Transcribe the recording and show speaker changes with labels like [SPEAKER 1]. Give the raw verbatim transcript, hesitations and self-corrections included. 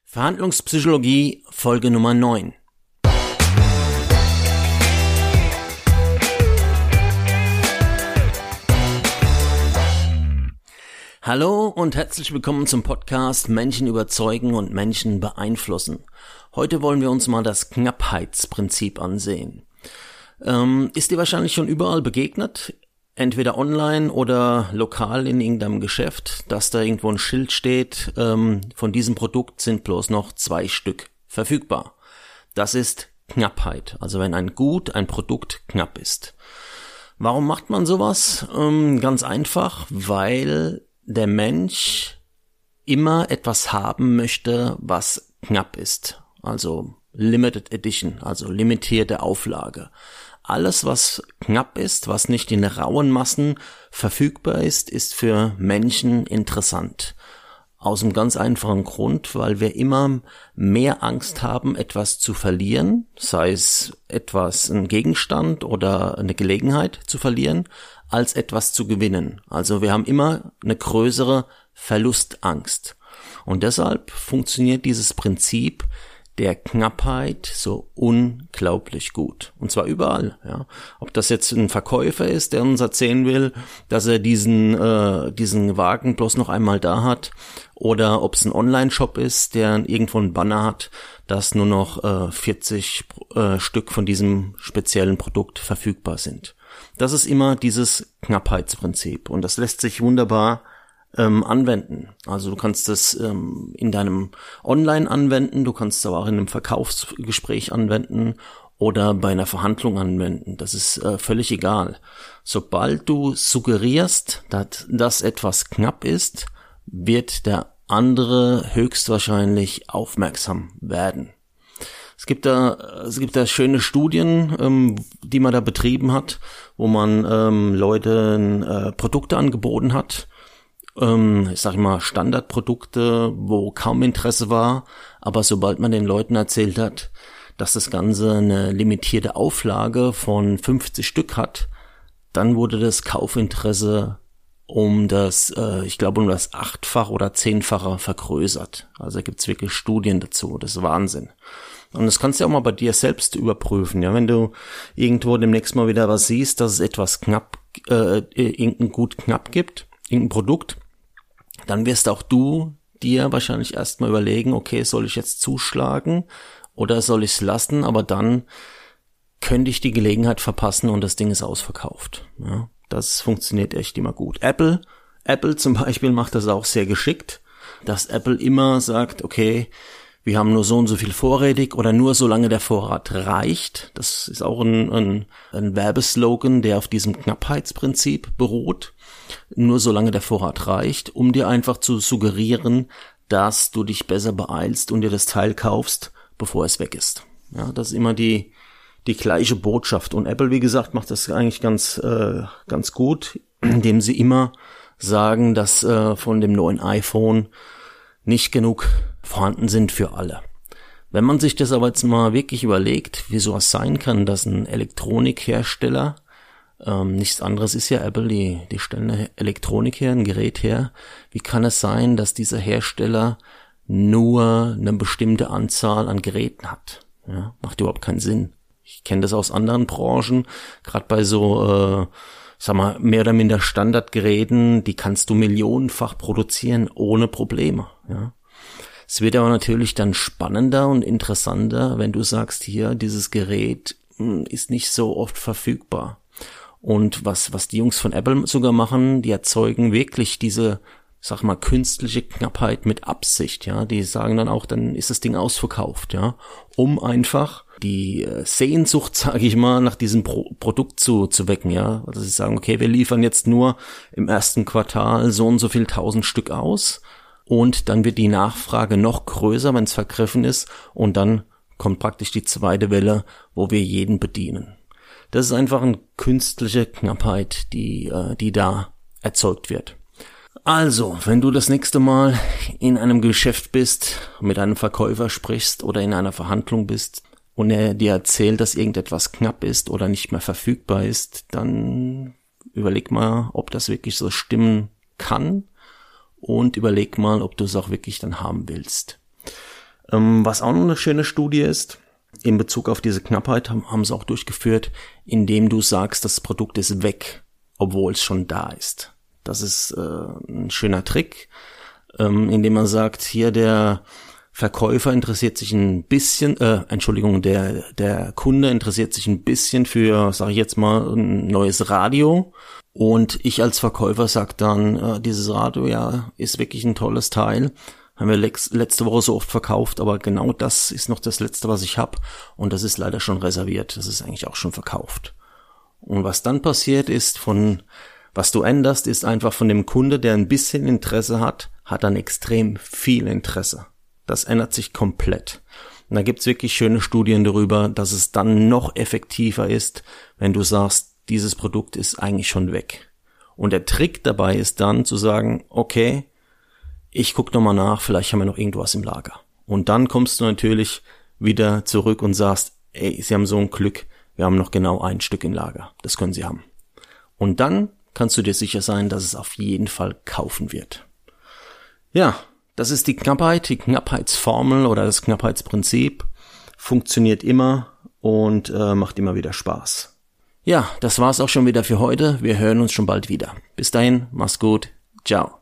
[SPEAKER 1] Verhandlungspsychologie, Folge Nummer neun. Hallo und herzlich willkommen zum Podcast Menschen überzeugen und Menschen beeinflussen. Heute wollen wir uns mal das Knappheitsprinzip ansehen. Ähm, ist dir wahrscheinlich schon überall begegnet? Entweder online oder lokal in irgendeinem Geschäft, dass da irgendwo ein Schild steht, ähm, von diesem Produkt sind bloß noch zwei Stück verfügbar. Das ist Knappheit, also wenn ein Gut, ein Produkt knapp ist. Warum macht man sowas? Ähm, ganz einfach, weil der Mensch immer etwas haben möchte, was knapp ist, also Limited Edition, also limitierte Auflage. Alles, was knapp ist, was nicht in rauen Massen verfügbar ist, ist für Menschen interessant. Aus einem ganz einfachen Grund, weil wir immer mehr Angst haben, etwas zu verlieren, sei es etwas, ein Gegenstand oder eine Gelegenheit zu verlieren, als etwas zu gewinnen. Also wir haben immer eine größere Verlustangst. Und deshalb funktioniert dieses Prinzip der Knappheit so unglaublich gut. Und zwar überall, ja. Ob das jetzt ein Verkäufer ist, der uns erzählen will, dass er diesen äh, diesen Wagen bloß noch einmal da hat, oder ob es ein Online-Shop ist, der irgendwo einen Banner hat, dass nur noch äh, vierzig äh, Stück von diesem speziellen Produkt verfügbar sind. Das ist immer dieses Knappheitsprinzip und das lässt sich wunderbar Ähm, anwenden. Also du kannst das ähm, in deinem Online anwenden, du kannst es aber auch in einem Verkaufsgespräch anwenden oder bei einer Verhandlung anwenden. Das ist äh, völlig egal. Sobald du suggerierst, dass, dass etwas knapp ist, wird der andere höchstwahrscheinlich aufmerksam werden. Es gibt da, es gibt da schöne Studien, ähm, die man da betrieben hat, wo man ähm, Leuten äh, Produkte angeboten hat, ich sag mal Standardprodukte, wo kaum Interesse war, aber sobald man den Leuten erzählt hat, dass das Ganze eine limitierte Auflage von fünfzig Stück hat, dann wurde das Kaufinteresse um das, äh, ich glaube um das achtfach oder zehnfache vergrößert. Also da gibt's wirklich Studien dazu, das ist Wahnsinn. Und das kannst du ja auch mal bei dir selbst überprüfen, ja, wenn du irgendwo demnächst mal wieder was siehst, dass es etwas knapp, äh, irgendein Gut knapp gibt, irgendein Produkt, dann wirst auch du dir wahrscheinlich erstmal überlegen, okay, soll ich jetzt zuschlagen oder soll ich es lassen, aber dann könnte ich die Gelegenheit verpassen und das Ding ist ausverkauft. Ja, das funktioniert echt immer gut. Apple, Apple zum Beispiel macht das auch sehr geschickt, dass Apple immer sagt, okay, wir haben nur so und so viel vorrätig oder nur solange der Vorrat reicht. Das ist auch ein, ein, ein Werbeslogan, der auf diesem Knappheitsprinzip beruht. Nur solange der Vorrat reicht, um dir einfach zu suggerieren, dass du dich besser beeilst und dir das Teil kaufst, bevor es weg ist. Ja, das ist immer die die gleiche Botschaft. Und Apple, wie gesagt, macht das eigentlich ganz äh, ganz gut, indem sie immer sagen, dass äh, von dem neuen iPhone nicht genug vorhanden sind für alle. Wenn man sich das aber jetzt mal wirklich überlegt, wieso es sein kann, dass ein Elektronikhersteller, ähm, nichts anderes ist ja Apple, die, die stellen eine Elektronik her, ein Gerät her, wie kann es sein, dass dieser Hersteller nur eine bestimmte Anzahl an Geräten hat? Ja, macht überhaupt keinen Sinn. Ich kenne das aus anderen Branchen, gerade bei so, äh, sag mal, mehr oder minder Standardgeräten, die kannst du millionenfach produzieren ohne Probleme, ja. Es wird aber natürlich dann spannender und interessanter, wenn du sagst, hier, dieses Gerät mh, ist nicht so oft verfügbar. Und was, was die Jungs von Apple sogar machen, die erzeugen wirklich diese, sag mal, künstliche Knappheit mit Absicht, ja. Die sagen dann auch, dann ist das Ding ausverkauft, ja. Um einfach die äh, Sehnsucht, sage ich mal, nach diesem Pro- Produkt zu, zu wecken, ja. Also sie sagen, okay, wir liefern jetzt nur im ersten Quartal so und so viel tausend Stück aus. Und dann wird die Nachfrage noch größer, wenn es vergriffen ist. Und dann kommt praktisch die zweite Welle, wo wir jeden bedienen. Das ist einfach eine künstliche Knappheit, die, äh, die da erzeugt wird. Also, wenn du das nächste Mal in einem Geschäft bist, mit einem Verkäufer sprichst oder in einer Verhandlung bist und er dir erzählt, dass irgendetwas knapp ist oder nicht mehr verfügbar ist, dann überleg mal, ob das wirklich so stimmen kann. Und überleg mal, ob du es auch wirklich dann haben willst. Ähm, was auch noch eine schöne Studie ist, in Bezug auf diese Knappheit, haben, haben sie auch durchgeführt, indem du sagst, das Produkt ist weg, obwohl es schon da ist. Das ist äh, ein schöner Trick, ähm, indem man sagt, hier der Verkäufer interessiert sich ein bisschen, äh, Entschuldigung, der der Kunde interessiert sich ein bisschen für, sage ich jetzt mal, ein neues Radio. Und ich als Verkäufer sag dann, äh, dieses Radio, ja, ist wirklich ein tolles Teil. Haben wir lex- letzte Woche so oft verkauft, aber genau das ist noch das Letzte, was ich habe. Und das ist leider schon reserviert. Das ist eigentlich auch schon verkauft. Und was dann passiert ist, von was du änderst, ist einfach von dem Kunde, der ein bisschen Interesse hat, hat dann extrem viel Interesse. Das ändert sich komplett. Und da gibt's wirklich schöne Studien darüber, dass es dann noch effektiver ist, wenn du sagst, dieses Produkt ist eigentlich schon weg. Und der Trick dabei ist dann zu sagen, okay, ich guck noch mal nach, vielleicht haben wir noch irgendwas im Lager. Und dann kommst du natürlich wieder zurück und sagst, ey, sie haben so ein Glück, wir haben noch genau ein Stück im Lager. Das können sie haben. Und dann kannst du dir sicher sein, dass es auf jeden Fall kaufen wird. Ja, das ist die Knappheit, die Knappheitsformel oder das Knappheitsprinzip. Funktioniert immer und äh, macht immer wieder Spaß. Ja, das war's auch schon wieder für heute. Wir hören uns schon bald wieder. Bis dahin, mach's gut. Ciao.